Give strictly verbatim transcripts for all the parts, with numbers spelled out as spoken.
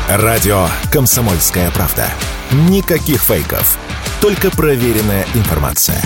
Радио «Комсомольская правда». Никаких фейков. Только проверенная информация.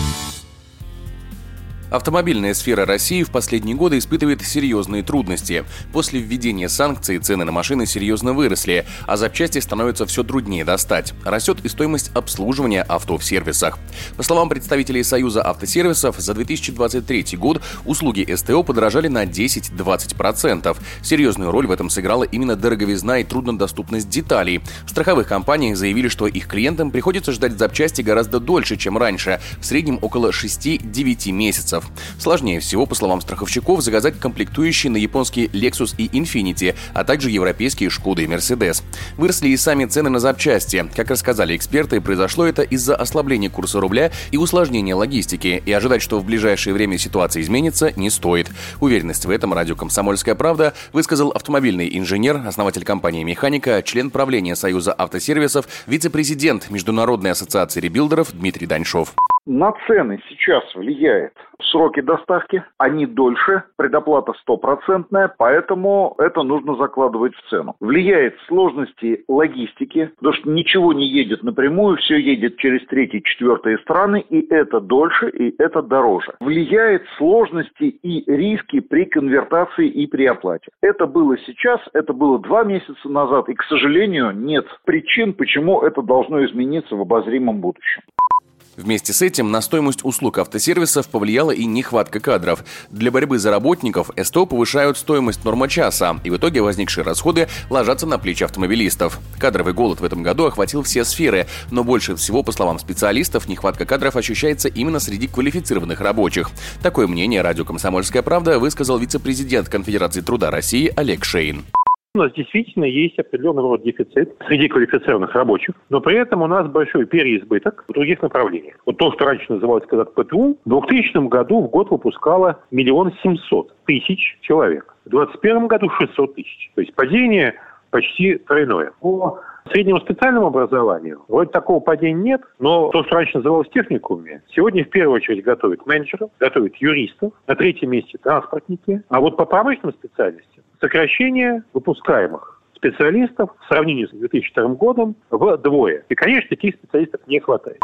Автомобильная сфера России в последние годы испытывает серьезные трудности. После введения санкций цены на машины серьезно выросли, а запчасти становятся все труднее достать. Растет и стоимость обслуживания авто в сервисах. По словам представителей Союза автосервисов, за две тысячи двадцать третий год услуги эс тэ о подорожали на десять-двадцать процентов. Серьезную роль в этом сыграла именно дороговизна и труднодоступность деталей. В страховых компаниях заявили, что их клиентам приходится ждать запчасти гораздо дольше, чем раньше, в среднем около шести-девяти месяцев. Сложнее всего, по словам страховщиков, заказать комплектующие на японские Lexus и Infiniti, а также европейские Skoda и Mercedes. Выросли и сами цены на запчасти. Как рассказали эксперты, произошло это из-за ослабления курса рубля и усложнения логистики, и ожидать, что в ближайшее время ситуация изменится, не стоит. Уверенность в этом радио «Комсомольская правда» высказал автомобильный инженер, основатель компании «Механика», член правления Союза автосервисов, вице-президент Международной ассоциации ребилдеров Дмитрий Даньшов. На цены сейчас влияет сроки доставки, они дольше, предоплата стопроцентная, поэтому это нужно закладывать в цену. Влияет сложности логистики, потому что ничего не едет напрямую, все едет через третьи, четвертые страны, и это дольше, и это дороже. Влияет сложности и риски при конвертации и при оплате. Это было сейчас, это было два месяца назад, и, к сожалению, нет причин, почему это должно измениться в обозримом будущем. Вместе с этим на стоимость услуг автосервисов повлияла и нехватка кадров. Для борьбы за работников эс тэ о повышают стоимость нормочаса, и в итоге возникшие расходы ложатся на плечи автомобилистов. Кадровый голод в этом году охватил все сферы, но больше всего, по словам специалистов, нехватка кадров ощущается именно среди квалифицированных рабочих. Такое мнение радио «Комсомольская правда» высказал вице-президент Конфедерации труда России Олег Шейн. У нас действительно есть определенный род дефицит среди квалифицированных рабочих, но при этом у нас большой переизбыток в других направлениях. Вот то, что раньше называлось когда-то пэ тэ у, в двухтысячном году в год выпускало миллион семьсот тысяч человек. В двадцать первом году шестьсот тысяч. То есть падение почти тройное. По среднему специальному образованию вроде такого падения нет, но то, что раньше называлось техникумами, сегодня в первую очередь готовят менеджеров, готовят юристов, на третьем месте транспортники. А вот по промышленным специальностям сокращение выпускаемых специалистов в сравнении с две тысячи вторым годом вдвое. И, конечно, таких специалистов не хватает.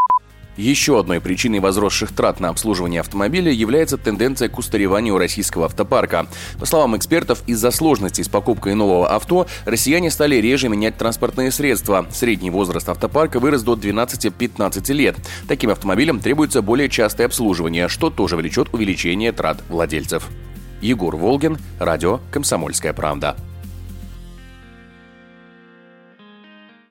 Еще одной причиной возросших трат на обслуживание автомобиля является тенденция к устареванию российского автопарка. По словам экспертов, из-за сложностей с покупкой нового авто россияне стали реже менять транспортные средства. Средний возраст автопарка вырос до двенадцати-пятнадцати лет. Таким автомобилям требуется более частое обслуживание, что тоже влечет увеличение трат владельцев. Егор Волгин, радио «Комсомольская правда».